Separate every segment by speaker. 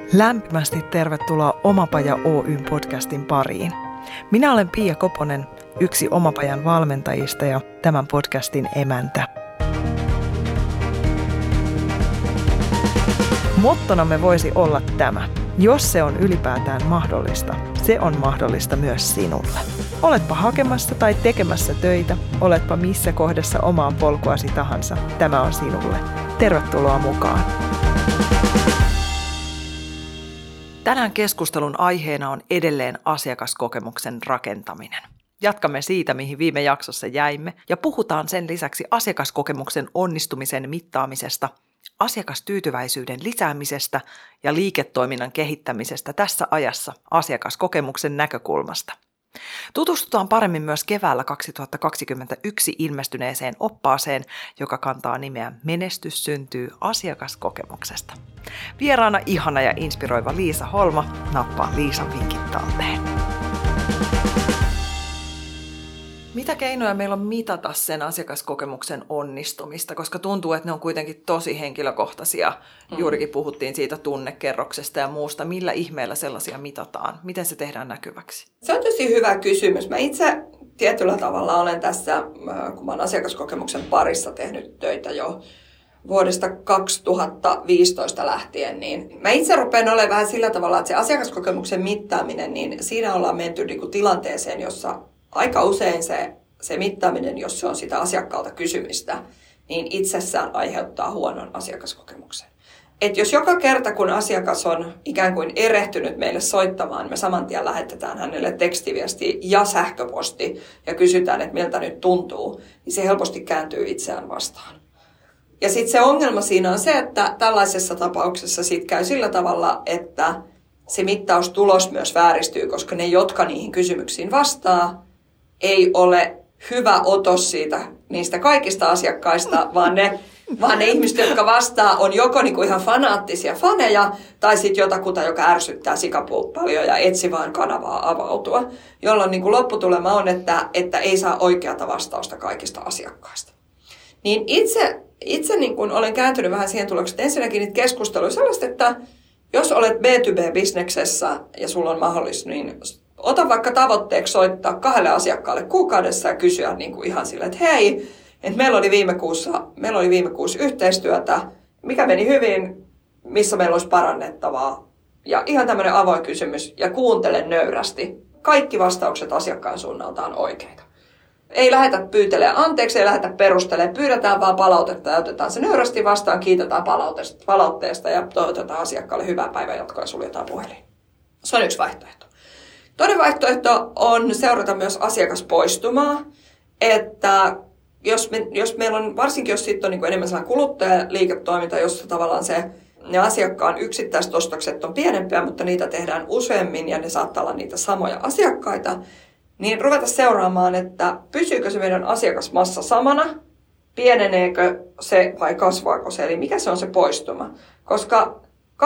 Speaker 1: Lämpimästi tervetuloa Omapaja Oyn podcastin pariin. Minä olen Pia Koponen, yksi Omapajan valmentajista ja tämän podcastin emäntä. Mottonamme voisi olla tämä. Jos se on ylipäätään mahdollista, se on mahdollista myös sinulle. Oletpa hakemassa tai tekemässä töitä, oletpa missä kohdassa omaa polkuasi tahansa, tämä on sinulle. Tervetuloa mukaan. Tänään keskustelun aiheena on edelleen asiakaskokemuksen rakentaminen. Jatkamme siitä, mihin viime jaksossa jäimme, ja puhutaan sen lisäksi asiakaskokemuksen onnistumisen mittaamisesta, asiakastyytyväisyyden lisäämisestä ja liiketoiminnan kehittämisestä tässä ajassa asiakaskokemuksen näkökulmasta. Tutustutaan paremmin myös keväällä 2021 ilmestyneeseen oppaaseen, joka kantaa nimeä Menestys syntyy asiakaskokemuksesta. Vieraana ihana ja inspiroiva Liisa Holma, nappaa Liisan vinkit talteen. Mitä keinoja meillä on mitata sen asiakaskokemuksen onnistumista, koska tuntuu, että ne on kuitenkin tosi henkilökohtaisia. Juurikin puhuttiin siitä tunnekerroksesta ja muusta. Millä ihmeellä sellaisia mitataan? Miten se tehdään näkyväksi?
Speaker 2: Se on tosi hyvä kysymys. Mä itse tietyllä tavalla olen tässä, kun mä olen asiakaskokemuksen parissa tehnyt töitä jo vuodesta 2015 lähtien, niin mä itse rupean olemaan vähän sillä tavalla, että se asiakaskokemuksen mittaaminen, niin siinä ollaan menty niin kuin tilanteeseen, jossa aika usein se mittaaminen, jos se on sitä asiakkaalta kysymistä, niin itsessään aiheuttaa huonon asiakaskokemuksen. Et jos joka kerta, kun asiakas on ikään kuin erehtynyt meille soittamaan, me saman tien lähetetään hänelle tekstiviesti ja sähköposti ja kysytään, että miltä nyt tuntuu, niin se helposti kääntyy itseään vastaan. Ja sitten se ongelma siinä on se, että tällaisessa tapauksessa siitä käy sillä tavalla, että se mittaustulos myös vääristyy, koska ne, jotka niihin kysymyksiin vastaa, ei ole hyvä otos niistä kaikista asiakkaista, vaan ne ihmiset, jotka vastaa, on joko niinku ihan fanaattisia faneja, tai sitten jotakuta, joka ärsyttää paljon ja etsi vaan kanavaa avautua, jolloin niinku lopputulema on, että ei saa oikeata vastausta kaikista asiakkaista. Niin itse niin kun olen kääntynyt vähän siihen tulokseen, että ensinnäkin niitä keskusteluja sellaista, että jos olet B2B-bisneksessä ja sulla on mahdollista, niin ota vaikka tavoitteeksi soittaa 2 asiakkaalle kuukaudessa ja kysyä niin kuin ihan silleen, että hei, että meillä oli viime kuussa yhteistyötä, mikä meni hyvin, missä meillä olisi parannettavaa. Ja ihan tämmöinen avoin kysymys ja kuuntele nöyrästi. Kaikki vastaukset asiakkaan suunnalta on oikeita. Ei lähdetä pyytelemään anteeksi, ei lähdetä perustelemaan, pyydetään vaan palautetta ja otetaan se nöyrästi vastaan, kiitetään palautteesta ja toivotetaan asiakkaalle hyvää päivänjatkoa ja suljetaan puhelin. Se on yksi vaihtoehto. Toinen vaihtoehto on seurata myös asiakaspoistumaa, että jos meillä on, varsinkin jos sitten on niin kuin enemmän sellainen kuluttajaliiketoiminta, jossa tavallaan ne asiakkaan yksittäiset ostokset on pienempiä, mutta niitä tehdään useammin ja ne saattaa olla niitä samoja asiakkaita, niin ruveta seuraamaan, että pysyykö se meidän asiakasmassa samana, pieneneekö se vai kasvaako se, eli mikä se on se poistuma, koska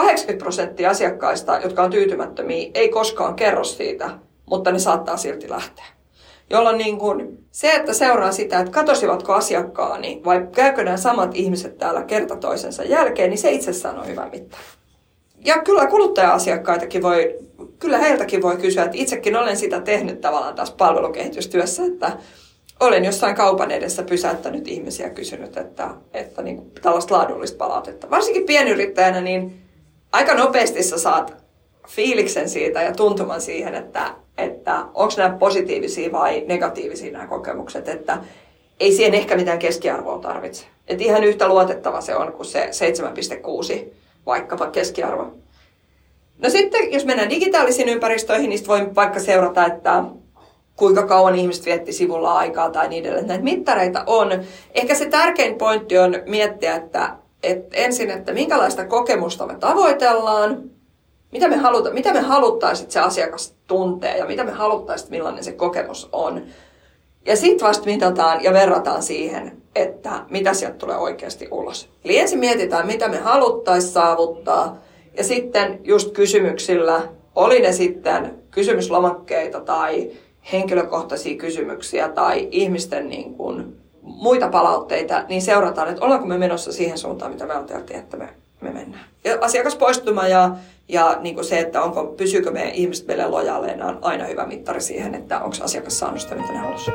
Speaker 2: 80% asiakkaista, jotka on tyytymättömiä, ei koskaan kerro siitä, mutta ne saattaa silti lähteä. Jolloin niin kun se, että seuraa sitä, että katosivatko asiakkaani vai käykö nämä samat ihmiset täällä kerta toisensa jälkeen, niin se itsessään on hyvä mittari. Ja kyllä kuluttaja-asiakkaitakin kyllä heiltäkin voi kysyä, että itsekin olen sitä tehnyt tavallaan tässä palvelukehitystyössä, että olen jossain kaupan edessä pysäyttänyt ihmisiä ja kysynyt, että niin kuin tällaista laadullista palautetta. Varsinkin pienyrittäjänä, niin aika nopeasti sä saat fiiliksen siitä ja tuntuman siihen, että onko nämä positiivisia vai negatiivisia nämä kokemukset, että ei siihen ehkä mitään keskiarvoa tarvitse. Että ihan yhtä luotettava se on kuin se 7,6 vaikkapa keskiarvo. No sitten, jos mennään digitaalisiin ympäristöihin, niin voi vaikka seurata, että kuinka kauan ihmiset vietti sivulla aikaa tai niin edelleen. Näitä mittareita on. Ehkä se tärkein pointti on miettiä, että ensin, että minkälaista kokemusta me tavoitellaan, mitä me haluttaisiin, että se asiakas tuntee ja mitä me haluttaisiin, millainen se kokemus on. Ja sitten vasta mitataan ja verrataan siihen, että mitä sieltä tulee oikeasti ulos. Eli ensin mietitään, mitä me haluttaisiin saavuttaa ja sitten just kysymyksillä, oli ne sitten kysymyslomakkeita tai henkilökohtaisia kysymyksiä tai ihmisten niin kuin muita palautteita, niin seurataan, että ollaanko me menossa siihen suuntaan, mitä me ajateltiin, että me me mennään. Ja asiakaspoistuma ja niin kuin se, että pysyykö meidän ihmiset meille lojaaleina, on aina hyvä mittari siihen, että onko asiakas saanut sitä, mitä ne halusi.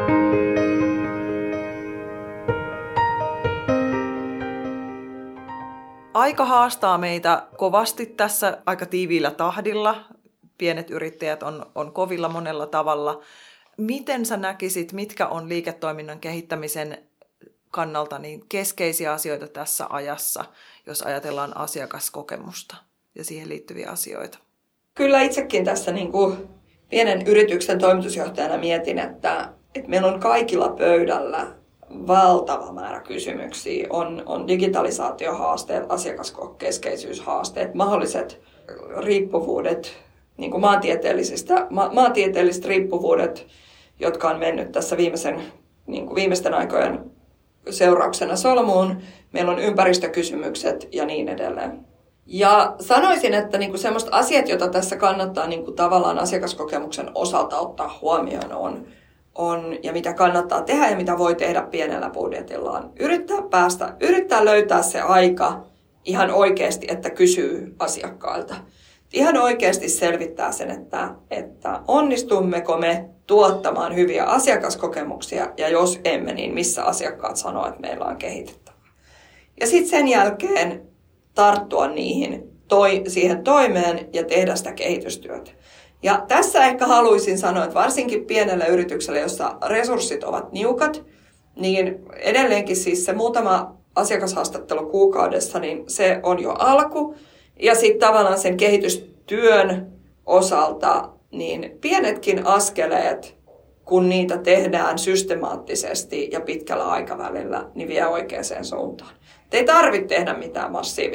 Speaker 1: Aika haastaa meitä kovasti tässä aika tiiviillä tahdilla. Pienet yrittäjät on kovilla monella tavalla. Miten sä näkisit, mitkä on liiketoiminnan kehittämisen kannalta niin keskeisiä asioita tässä ajassa, jos ajatellaan asiakaskokemusta ja siihen liittyviä asioita?
Speaker 2: Kyllä itsekin tässä niin kuin pienen yrityksen toimitusjohtajana mietin, että meillä on kaikilla pöydällä valtava määrä kysymyksiä. On digitalisaatiohaasteet, asiakaskeskeisyys-haasteet, mahdolliset riippuvuudet, niin kuin maantieteelliset riippuvuudet, jotka on mennyt tässä viimeisten aikojen seurauksena solmuun. Meillä on ympäristökysymykset ja niin edelleen. Ja sanoisin, että niin kuin semmoista asiat, joita tässä kannattaa niin kuin tavallaan asiakaskokemuksen osalta ottaa huomioon, on ja mitä kannattaa tehdä ja mitä voi tehdä pienellä budjetillaan. Yrittää löytää se aika ihan oikeasti, että kysyy asiakkailta. Ihan oikeasti selvittää sen, että onnistummeko me tuottamaan hyviä asiakaskokemuksia ja jos emme, niin missä asiakkaat sanoo, että meillä on kehitettävää. Ja sitten sen jälkeen tarttua siihen toimeen ja tehdä sitä kehitystyötä. Ja tässä ehkä haluaisin sanoa, että varsinkin pienelle yritykselle, jossa resurssit ovat niukat, niin edelleenkin siis se muutama asiakashaastattelu kuukaudessa, niin se on jo alku. Ja sitten tavallaan sen kehitystyön osalta, niin pienetkin askeleet, kun niitä tehdään systemaattisesti ja pitkällä aikavälillä, niin vie oikeaan suuntaan. Ei tarvitse tehdä mitään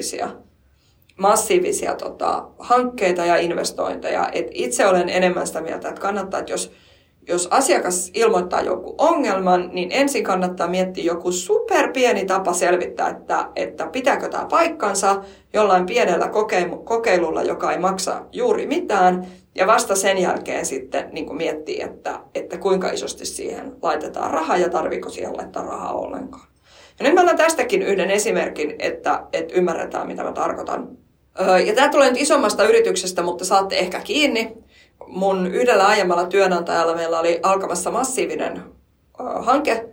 Speaker 2: massiivisia hankkeita ja investointeja. Itse olen enemmän sitä mieltä, että kannattaa, että jos asiakas ilmoittaa joku ongelman, niin ensin kannattaa miettiä joku superpieni tapa selvittää, että pitääkö tämä paikkansa jollain pienellä kokeilulla, joka ei maksa juuri mitään. Ja vasta sen jälkeen sitten niin miettiä, että kuinka isosti siihen laitetaan rahaa ja tarviiko siihen laittaa rahaa ollenkaan. Ja nyt mä annan tästäkin yhden esimerkin, että ymmärretään, mitä mä tarkoitan. Ja tämä tulee nyt isommasta yrityksestä, mutta saatte ehkä kiinni. Mun yhdellä aiemmalla työnantajalla meillä oli alkamassa massiivinen hanke,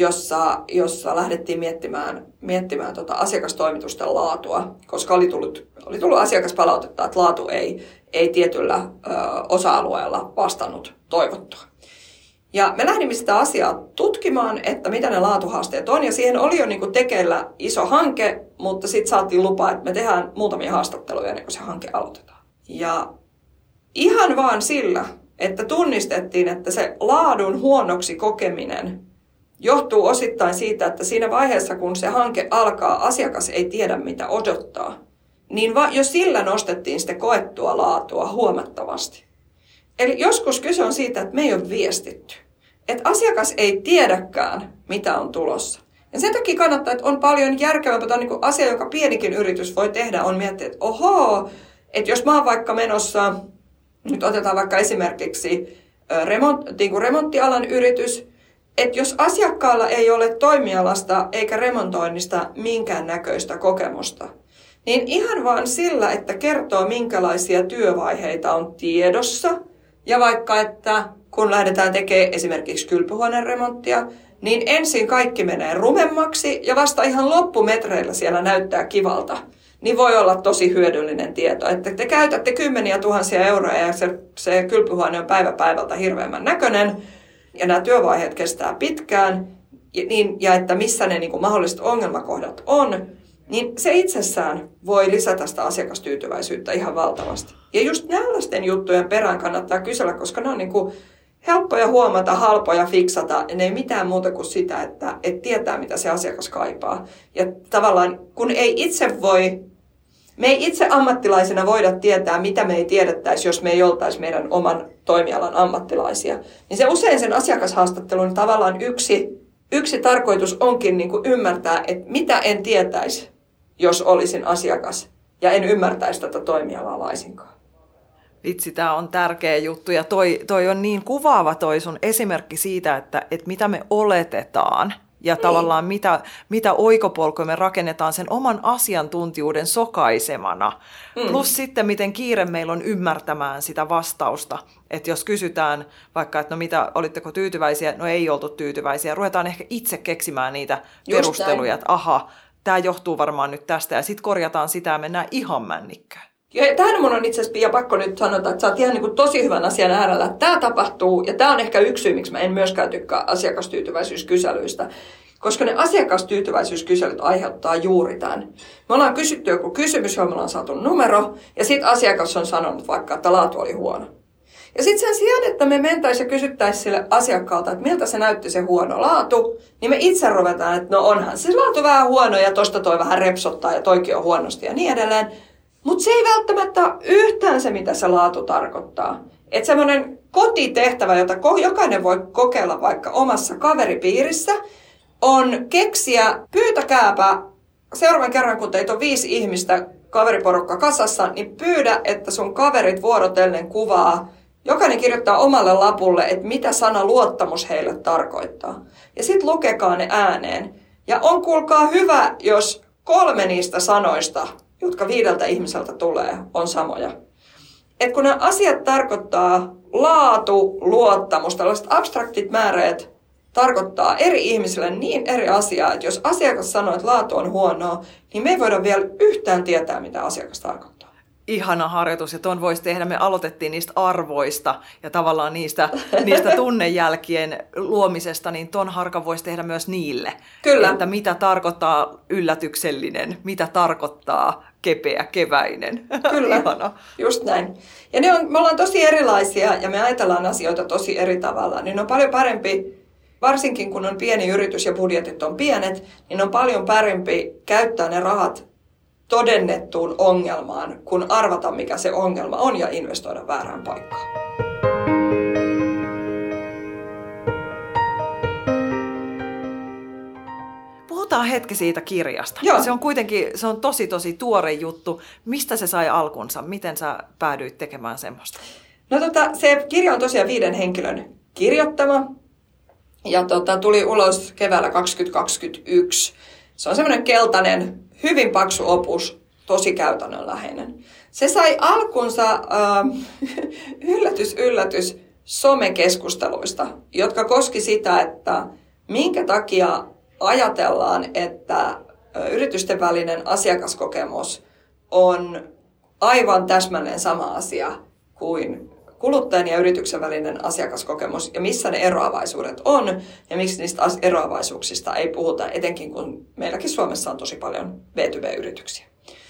Speaker 2: jossa lähdettiin miettimään asiakastoimitusten laatua, koska oli tullut asiakaspalautetta, että laatu ei tietyllä osa-alueella vastannut toivottua. Ja me lähdimme sitä asiaa tutkimaan, että mitä ne laatuhaasteet on. Ja siihen oli jo niin kuin tekeillä iso hanke, mutta sitten saatiin lupa, että me tehdään muutamia haastatteluja ennen kuin se hanke aloitetaan. Ja ihan vaan sillä, että tunnistettiin, että se laadun huonoksi kokeminen johtuu osittain siitä, että siinä vaiheessa, kun se hanke alkaa, asiakas ei tiedä, mitä odottaa. Niin jo sillä nostettiin sitä koettua laatua huomattavasti. Eli joskus kyse on siitä, että me ei ole viestitty. Että asiakas ei tiedäkään, mitä on tulossa. Ja sen takia kannattaa, että on paljon järkevämpää, tai niin asia, jonka pienikin yritys voi tehdä, on miettiä, että että jos mä oon vaikka menossa, nyt otetaan vaikka esimerkiksi remonttialan yritys, että jos asiakkaalla ei ole toimialasta eikä remontoinnista minkään näköistä kokemusta, niin ihan vaan sillä, että kertoo minkälaisia työvaiheita on tiedossa, ja vaikka, että kun lähdetään tekemään esimerkiksi kylpyhuoneen remonttia, niin ensin kaikki menee rumemmaksi ja vasta ihan loppumetreillä siellä näyttää kivalta. Niin voi olla tosi hyödyllinen tieto, että te käytätte 10 000 euroja ja se kylpyhuone on päivä päivältä hirveämmän näköinen ja nämä työvaiheet kestää pitkään ja että missä ne niin kuin mahdolliset ongelmakohdat on, niin se itsessään voi lisätä sitä asiakastyytyväisyyttä ihan valtavasti. Ja just tällaisten juttujen perään kannattaa kysellä, koska ne on niin kuin helppoja huomata, halpoja fiksata, ja ne ei mitään muuta kuin sitä, että tietää, mitä se asiakas kaipaa. Ja tavallaan, kun me ei itse ammattilaisena voida tietää, mitä me ei tiedettäisi, jos me ei oltaisi meidän oman toimialan ammattilaisia. Niin se usein sen asiakashaastattelun tavallaan yksi tarkoitus onkin niin kuin ymmärtää, että mitä en tietäisi, jos olisin asiakas, ja en ymmärtäisi tätä toimialaa laisinkaan.
Speaker 1: Vitsi, tämä on tärkeä juttu ja toi on niin kuvaava toi sun esimerkki siitä, että mitä me oletetaan, ja tavallaan mitä oikopolkuja me rakennetaan sen oman asiantuntijuuden sokaisemana. Plus sitten, miten kiire meillä on ymmärtämään sitä vastausta. Että jos kysytään vaikka, että no mitä, olitteko tyytyväisiä? No ei oltu tyytyväisiä. Ruvetaan ehkä itse keksimään niitä perusteluja, että aha, tämä johtuu varmaan nyt tästä. Ja sitten korjataan sitä ja mennään ihan männikköön.
Speaker 2: Ja tähän mun on itse asiassa Pia pakko nyt sanota, että sä oot ihan niin kuin tosi hyvän asian äärellä, että tämä tapahtuu, ja tämä on ehkä yksi syy, miksi mä en myöskään tykkää asiakastyytyväisyyskyselyistä, koska ne asiakastyytyväisyyskyselyt aiheuttaa juuri tämän. Me ollaan kysytty joku kysymys, johon me ollaan saatu numero, ja sitten asiakas on sanonut vaikka, että laatu oli huono. Ja sitten sen sijaan, että me mentäisiin ja kysyttäisiin sille asiakkaalta, että miltä se näytti se huono laatu, niin me itse ruvetaan, että no onhan se laatu vähän huono, ja tosta toi vähän repsottaa, ja toikin on huonosti, ja niin edelleen. Mutta se ei välttämättä ole yhtään se, mitä se laatu tarkoittaa. Että semmoinen kotitehtävä, jota jokainen voi kokeilla vaikka omassa kaveripiirissä, on keksiä, pyytäkääpä seuraavan kerran, kun teitä on 5 ihmistä kaveriporukka kasassa, niin pyydä, että sun kaverit vuorotellen kuvaa. Jokainen kirjoittaa omalle lapulle, että mitä sana luottamus heille tarkoittaa. Ja sitten lukekaa ne ääneen. Ja on kuulkaa hyvä, jos 3 niistä sanoista, jotka 5 ihmiseltä tulee, on samoja. Et kun nämä asiat tarkoittaa laatu, luottamus, tällaiset abstraktit määreet tarkoittaa eri ihmisille niin eri asiaa, että jos asiakas sanoo, että laatu on huonoa, niin me ei voida vielä yhtään tietää, mitä asiakas tarkoittaa.
Speaker 1: Ihana harjoitus, ja ton voisi tehdä. Me aloitettiin niistä arvoista ja tavallaan niistä tunnejälkien luomisesta, niin ton harkan voisi tehdä myös niille.
Speaker 2: Kyllä.
Speaker 1: Että mitä tarkoittaa yllätyksellinen, mitä tarkoittaa kepeä, keväinen.
Speaker 2: Kyllä,
Speaker 1: Ihana.
Speaker 2: Just näin. Ja me ollaan tosi erilaisia ja me ajatellaan asioita tosi eri tavalla, niin on paljon parempi, varsinkin kun on pieni yritys ja budjetit on pienet, niin on paljon parempi käyttää ne rahat todennettuun ongelmaan, kun arvata, mikä se ongelma on ja investoida väärään paikkaan.
Speaker 1: Puhutaan hetki siitä kirjasta.
Speaker 2: Joo.
Speaker 1: Se on tosi tuore juttu. Mistä se sai alkunsa? Miten sä päädyit tekemään semmoista?
Speaker 2: No se kirja on tosiaan 5 henkilön kirjoittama ja tuli ulos keväällä 2021. Se on semmoinen keltainen, hyvin paksu opus, tosi käytännönläheinen. Se sai alkunsa, yllätys, somekeskusteluista, jotka koski sitä, että minkä takia ajatellaan, että yritysten välinen asiakaskokemus on aivan täsmälleen sama asia kuin kuluttajan ja yrityksen välinen asiakaskokemus ja missä ne eroavaisuudet on ja miksi niistä eroavaisuuksista ei puhuta, etenkin kun meilläkin Suomessa on tosi paljon B2B-yrityksiä.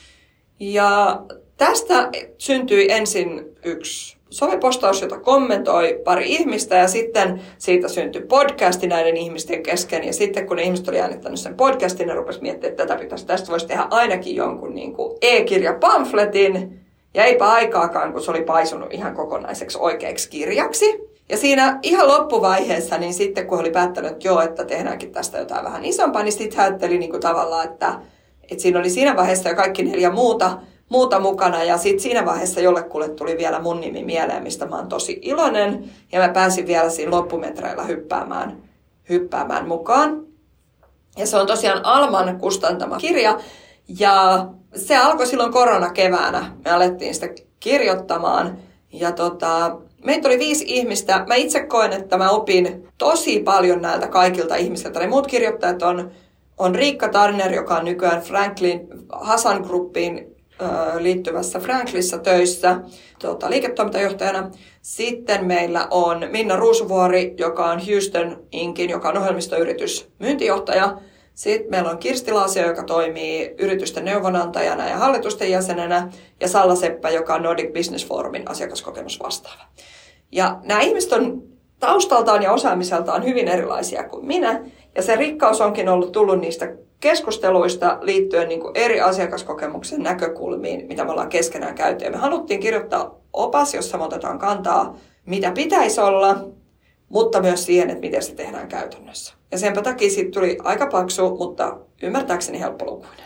Speaker 2: Ja tästä syntyi ensin yksi somepostaus, jota kommentoi pari ihmistä ja sitten siitä syntyi podcasti näiden ihmisten kesken. Ja sitten kun ne ihmiset oli äänittänyt sen podcastin, ne rupesi miettimään, että tästä voisi tehdä ainakin jonkun niin kuin e-kirjapamfletin. Ja eipä aikaakaan, kun se oli paisunut ihan kokonaiseksi oikeaksi kirjaksi. Ja siinä ihan loppuvaiheessa, niin sitten kun oli päättänyt, että joo, että tehdäänkin tästä jotain vähän isompaa, niin sitten ajatteli niin kuin tavallaan, että siinä oli siinä vaiheessa jo kaikki 4 muuta mukana. Ja sitten siinä vaiheessa jollekulle tuli vielä mun nimi mieleen, mistä mä oon tosi iloinen. Ja mä pääsin vielä siinä loppumetreillä hyppäämään mukaan. Ja se on tosiaan Alman kustantama kirja. Ja se alkoi silloin koronakeväänä. Me alettiin sitä kirjoittamaan. Ja meitä oli 5 ihmistä. Mä itse koen, että mä opin tosi paljon näiltä kaikilta ihmisiltä. Ne muut kirjoittajat on Riikka Tarner, joka on nykyään Franklin Hasan Groupiin liittyvässä Franklinissa töissä liiketoimintajohtajana. Sitten meillä on Minna Ruusuvuori, joka on Houston Inkin, joka on ohjelmistoyritys myyntijohtaja. Sitten meillä on Kirsti Laasio, joka toimii yritysten neuvonantajana ja hallitusten jäsenenä. Ja Salla Seppä, joka on Nordic Business Forumin asiakaskokemusvastaava. Ja nämä ihmiset on taustaltaan ja osaamiseltaan hyvin erilaisia kuin minä. Ja se rikkaus onkin tullut niistä keskusteluista liittyen niin kuin eri asiakaskokemuksen näkökulmiin, mitä me ollaan keskenään käyty. Ja me haluttiin kirjoittaa opas, jossa me otetaan kantaa, mitä pitäisi olla, mutta myös siihen, että miten se tehdään käytännössä. Ja senpä takia siitä tuli aika paksu, mutta ymmärtääkseni helppolukuinen.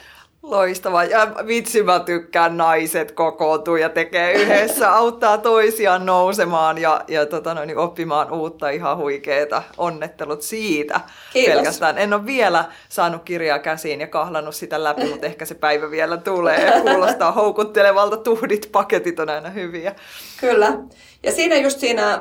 Speaker 1: Loistavaa. Ja vitsi, mä tykkään, naiset kokoontuu ja tekee yhdessä, auttaa toisiaan nousemaan ja oppimaan uutta, ihan huikeeta. Onnettelut siitä.
Speaker 2: Kiitos.
Speaker 1: Pelkästään. En ole vielä saanut kirjaa käsiin ja kahlannut sitä läpi, mutta ehkä se päivä vielä tulee. Kuulostaa houkuttelevalta, tuhdit, paketit on aina hyviä.
Speaker 2: Kyllä. Ja siinä just siinä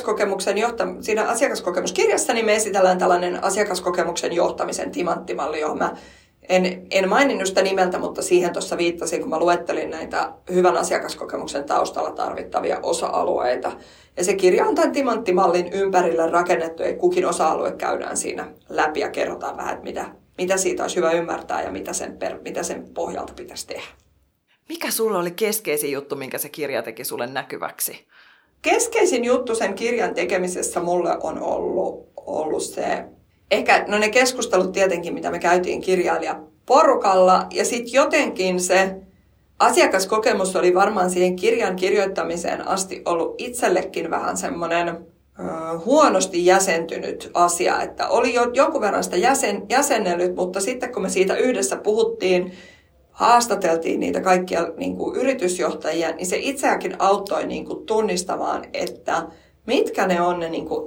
Speaker 2: siinä asiakaskokemuskirjassa niin me esitellään tällainen asiakaskokemuksen johtamisen timanttimalli, johon mä en maininnut sitä nimeltä, mutta siihen tuossa viittasin, kun mä luettelin näitä hyvän asiakaskokemuksen taustalla tarvittavia osa-alueita. Ja se kirja on tämän timanttimallin ympärille rakennettu, ja kukin osa-alue käydään siinä läpi ja kerrotaan vähän, että mitä siitä olisi hyvä ymmärtää ja mitä sen pohjalta pitäisi tehdä.
Speaker 1: Mikä sulla oli keskeisin juttu, minkä se kirja teki sulle näkyväksi?
Speaker 2: Keskeisin juttu sen kirjan tekemisessä mulle on ollut se, ehkä ne keskustelut tietenkin, mitä me käytiin kirjailijaporukalla, ja sitten jotenkin se asiakaskokemus oli varmaan siihen kirjan kirjoittamiseen asti ollut itsellekin vähän semmoinen huonosti jäsentynyt asia, että oli jo jonkun verran sitä jäsennellyt, mutta sitten kun me siitä yhdessä puhuttiin, haastateltiin niitä kaikkia niin kuin yritysjohtajia, niin se itseäkin auttoi niin kuin tunnistamaan, että mitkä ne on ne niin kuin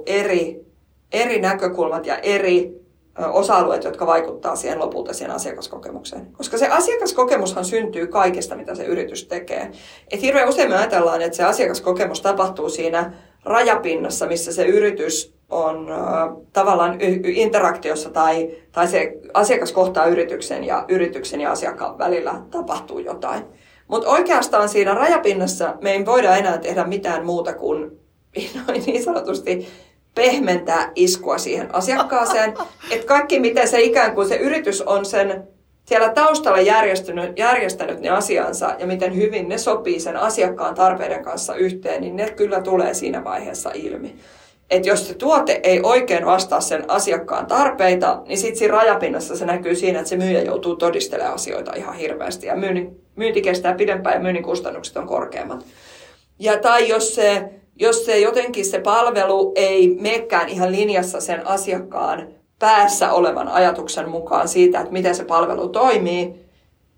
Speaker 2: eri näkökulmat ja eri osa-alueet, jotka vaikuttaa siihen lopulta siihen asiakaskokemukseen. Koska se asiakaskokemushan syntyy kaikesta, mitä se yritys tekee. Et hirveän usein me ajatellaan, että se asiakaskokemus tapahtuu siinä rajapinnassa, missä se yritys on tavallaan interaktiossa tai se asiakas kohtaa yrityksen ja asiakkaan välillä tapahtuu jotain. Mutta oikeastaan siinä rajapinnassa me ei voida enää tehdä mitään muuta kuin niin sanotusti pehmentää iskua siihen asiakkaaseen. Että kaikki, miten se ikään kuin se yritys on sen siellä taustalla järjestänyt ne asiansa ja miten hyvin ne sopii sen asiakkaan tarpeiden kanssa yhteen, niin ne kyllä tulee siinä vaiheessa ilmi. Että jos se tuote ei oikein vastaa sen asiakkaan tarpeita, niin sitten siinä rajapinnassa se näkyy siinä, että se myyjä joutuu todistelemaan asioita ihan hirveästi. Ja myynti kestää pidempään ja myynnin kustannukset on korkeammat. Ja tai jos se jotenkin se palvelu ei menekään ihan linjassa sen asiakkaan päässä olevan ajatuksen mukaan siitä, että miten se palvelu toimii,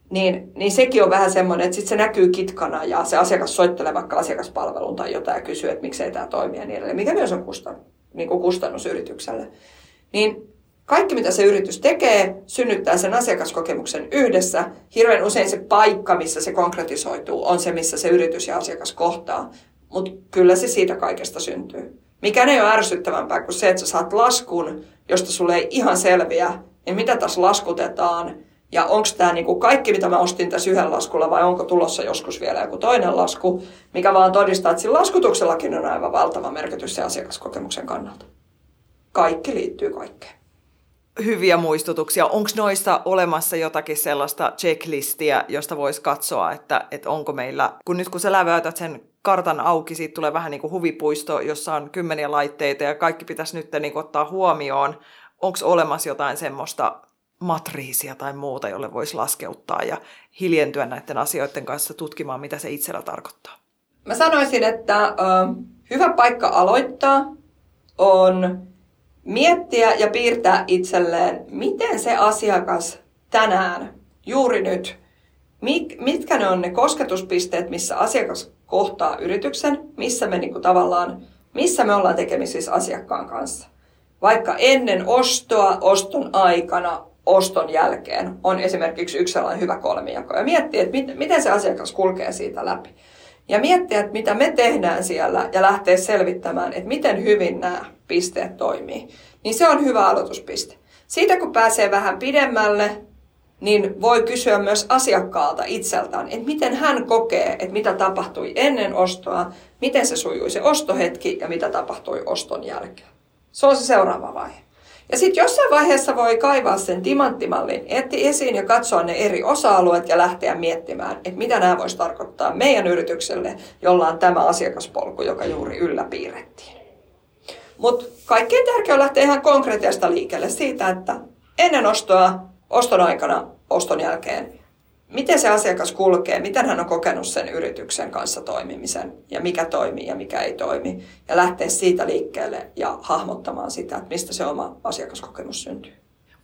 Speaker 2: niin sekin on vähän semmoinen, että sitten se näkyy kitkana ja se asiakas soittelee vaikka asiakaspalveluun tai jotain ja kysyy, että miksei tämä toimi ja niin edelleen, mikä myös on kustannus yritykselle. Niin kaikki, mitä se yritys tekee, synnyttää sen asiakaskokemuksen yhdessä. Hirveän usein se paikka, missä se konkretisoituu, on se, missä se yritys ja asiakas kohtaa. Mutta kyllä se siitä kaikesta syntyy. Mikään ei ole ärsyttävämpää kuin se, että sä saat laskun, josta sulle ei ihan selviä, niin mitä tässä laskutetaan. Ja onko tämä niinku kaikki, mitä mä ostin tässä yhden laskulla, vai onko tulossa joskus vielä joku toinen lasku, mikä vaan todistaa, että sillä laskutuksellakin on aivan valtava merkitys sen asiakaskokemuksen kannalta. Kaikki liittyy kaikkeen.
Speaker 1: Hyviä muistutuksia. Onko noissa olemassa jotakin sellaista checklistiä, josta voisi katsoa, että onko meillä, kun sä läväytät sen kartan auki, siitä tulee vähän niin kuin huvipuisto, jossa on kymmeniä laitteita ja kaikki pitäisi nyt niin kuin ottaa huomioon. Onko olemassa jotain semmoista matriisia tai muuta, jolle voisi laskeuttaa ja hiljentyä näiden asioiden kanssa tutkimaan, mitä se itsellä tarkoittaa?
Speaker 2: Mä sanoisin, että hyvä paikka aloittaa on miettiä ja piirtää itselleen, miten se asiakas tänään, juuri nyt, mitkä ne on ne kosketuspisteet, missä asiakas kohtaa yrityksen, missä me ollaan tekemisissä asiakkaan kanssa. Vaikka ennen ostoa, oston aikana, oston jälkeen on esimerkiksi yksi sellainen hyvä kolmijako. Ja miettiä, että miten se asiakas kulkee siitä läpi. Ja miettiä, että mitä me tehdään siellä ja lähteä selvittämään, että miten hyvin nämä pisteet toimii. Niin se on hyvä aloituspiste. Siitä kun pääsee vähän pidemmälle, niin voi kysyä myös asiakkaalta itseltään, että miten hän kokee, että mitä tapahtui ennen ostoa, miten se sujui se ostohetki ja mitä tapahtui oston jälkeen. Se on se seuraava vaihe. Ja sitten jossain vaiheessa voi kaivaa sen timanttimallin esiin ja katsoa ne eri osa-alueet ja lähteä miettimään, että mitä nämä voisi tarkoittaa meidän yritykselle, jolla on tämä asiakaspolku, joka juuri ylläpiirrettiin. Mutta kaikkein tärkeää on lähteä ihan konkreettista liikkeelle siitä, että ennen ostoa, oston aikana, oston jälkeen, miten se asiakas kulkee, miten hän on kokenut sen yrityksen kanssa toimimisen ja mikä toimii ja mikä ei toimi. Ja lähteä siitä liikkeelle ja hahmottamaan sitä, että mistä se oma asiakaskokemus syntyy.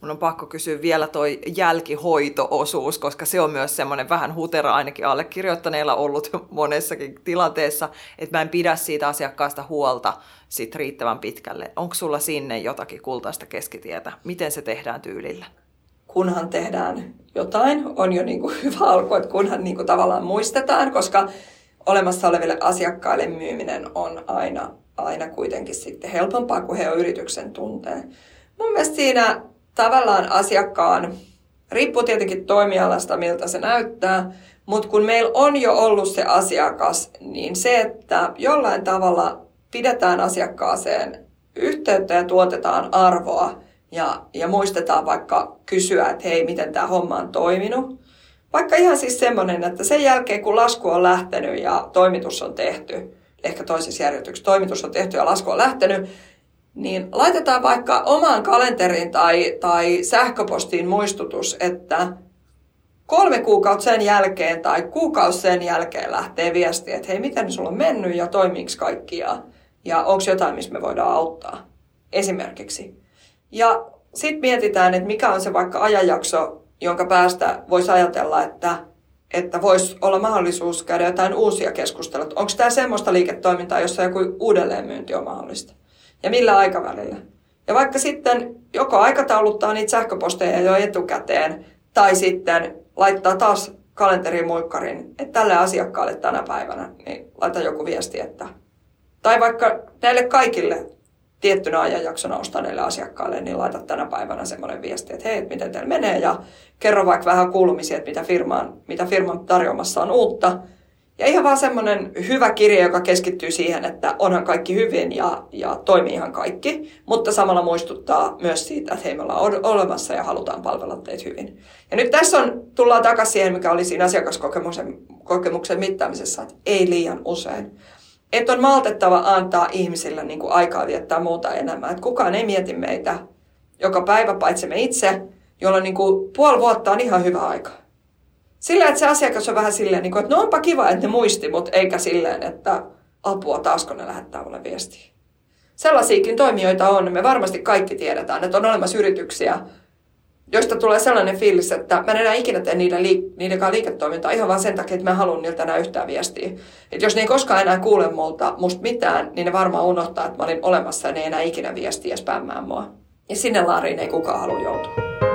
Speaker 1: Mun on pakko kysyä vielä toi jälkihoito-osuus, koska se on myös semmoinen vähän hutera ainakin allekirjoittaneella ollut monessakin tilanteessa, että mä en pidä siitä asiakkaasta huolta sit riittävän pitkälle. Onko sulla sinne jotakin kultaista keskitietä? Miten se tehdään tyylillä?
Speaker 2: Kunhan tehdään jotain, on jo niin kuin hyvä alku, että kunhan niin kuin tavallaan muistetaan, koska olemassa oleville asiakkaille myyminen on aina kuitenkin sitten helpompaa, kun he on yrityksen tuntee. Mun mielestä siinä tavallaan asiakkaan, riippuu tietenkin toimialasta, miltä se näyttää, mutta kun meillä on jo ollut se asiakas, niin se, että jollain tavalla pidetään asiakkaaseen yhteyttä ja tuotetaan arvoa ja muistetaan vaikka kysyä, että hei, miten tämä homma on toiminut. Vaikka ihan siis semmoinen, että sen jälkeen kun lasku on lähtenyt ja toimitus on tehty, ehkä toisessa järjestyksessä toimitus on tehty ja lasku on lähtenyt, niin laitetaan vaikka omaan kalenteriin tai sähköpostiin muistutus, että 3 kuukautta sen jälkeen tai kuukausi sen jälkeen lähtee viesti, että hei, miten sulla on mennyt ja toimiiko kaikki ja onko jotain, missä me voidaan auttaa esimerkiksi. Ja sitten mietitään, että mikä on se vaikka ajanjakso, jonka päästä voisi ajatella, että voisi olla mahdollisuus käydä jotain uusia keskusteluja. Onko tämä semmoista liiketoimintaa, jossa joku uudelleenmyynti on mahdollista? Ja millä aikavälillä? Ja vaikka sitten joko aikatauluttaa niitä sähköposteja jo etukäteen, tai sitten laittaa taas kalenteriin muikkarin, että tälle asiakkaalle tänä päivänä, niin laita joku viesti, että... Tai vaikka näille kaikille tiettynä ajanjaksona ostaneille asiakkaille, niin laita tänä päivänä semmoinen viesti, että hei, miten teillä menee, ja kerro vaikka vähän kuulumisia, että mitä firman tarjoamassa on uutta. Ja ihan vaan semmoinen hyvä kirja, joka keskittyy siihen, että onhan kaikki hyvin ja toimii ihan kaikki, mutta samalla muistuttaa myös siitä, että hei, me ollaan olemassa ja halutaan palvella teitä hyvin. Ja nyt tässä tullaan takaisin siihen, mikä oli siinä asiakaskokemuksen mittaamisessa, että ei liian usein. Että on maltettava antaa ihmisille niin kuin aikaa viettää muuta enemmän. Että kukaan ei mieti meitä joka päivä, paitsi me itse, jolloin niin kuin puoli vuotta on ihan hyvä aika. Sillä, että se asiakas on vähän silleen, että no onpa kiva, että ne muisti, mutta eikä silleen, että apua taasko ne lähettää mulle viestiä. Sellaisiakin toimijoita on. Me varmasti kaikki tiedetään, että on olemassa yrityksiä, joista tulee sellainen fiilis, että mä en enää ikinä tee niidenkaan liiketoimintaa ihan vaan sen takia, että mä haluan niiltä enää yhtään viestiä. Että jos ne ei koskaan enää kuule musta mitään, niin ne varmaan unohtaa, että mä olin olemassa ja ne ei enää ikinä viestiä ja spämmää mua. Ja sinne laariin ei kukaan halua joutua.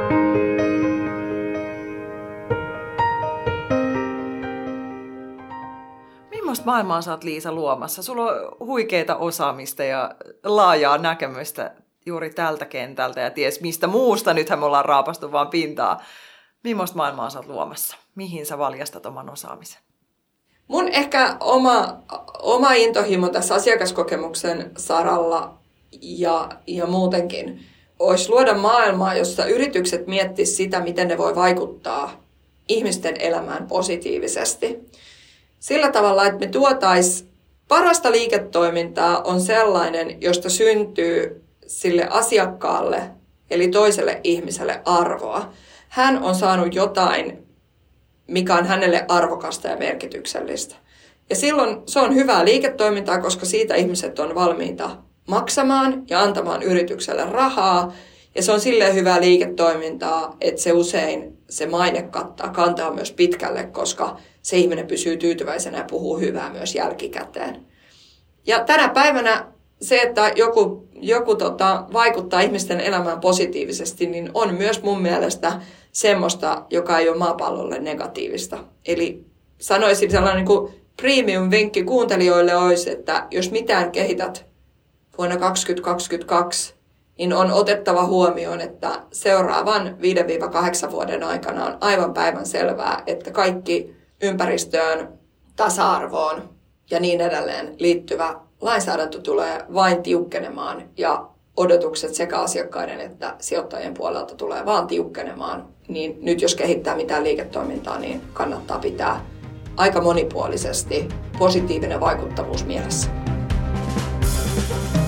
Speaker 1: Millaista maailmaa sä oot, Liisa, luomassa? Sulla on huikeaa osaamista ja laajaa näkemystä juuri tältä kentältä ja ties mistä muusta. Nythän me ollaan raapastu vaan pintaa. Millaista maailmaa sä oot luomassa? Mihin sä valjastat oman osaamisen?
Speaker 2: Mun ehkä oma intohimo tässä asiakaskokemuksen saralla ja muutenkin olisi luoda maailmaa, jossa yritykset miettisivät sitä, miten ne voi vaikuttaa ihmisten elämään positiivisesti. Sillä tavalla, että me tuotaisiin parasta liiketoimintaa on sellainen, josta syntyy sille asiakkaalle, eli toiselle ihmiselle arvoa. Hän on saanut jotain, mikä on hänelle arvokasta ja merkityksellistä. Ja silloin se on hyvää liiketoimintaa, koska siitä ihmiset on valmiita maksamaan ja antamaan yritykselle rahaa. Ja se on silleen hyvää liiketoimintaa, että se usein se maine kantaa myös pitkälle, koska se ihminen pysyy tyytyväisenä ja puhuu hyvää myös jälkikäteen. Ja tänä päivänä se, että joku vaikuttaa ihmisten elämään positiivisesti, niin on myös mun mielestä semmoista, joka ei ole maapallolle negatiivista. Eli sanoisin sellainen niin kuin premium-vinkki kuuntelijoille olisi, että jos mitään kehität vuonna 2022, niin on otettava huomioon, että seuraavan 5-8 vuoden aikana on aivan päivän selvää, että kaikki ympäristöön, tasa-arvoon ja niin edelleen liittyvä lainsäädäntö tulee vain tiukkenemaan ja odotukset sekä asiakkaiden että sijoittajien puolelta tulee vaan tiukkenemaan. Niin nyt jos kehittää mitään liiketoimintaa, niin kannattaa pitää aika monipuolisesti positiivinen vaikuttavuus mielessä.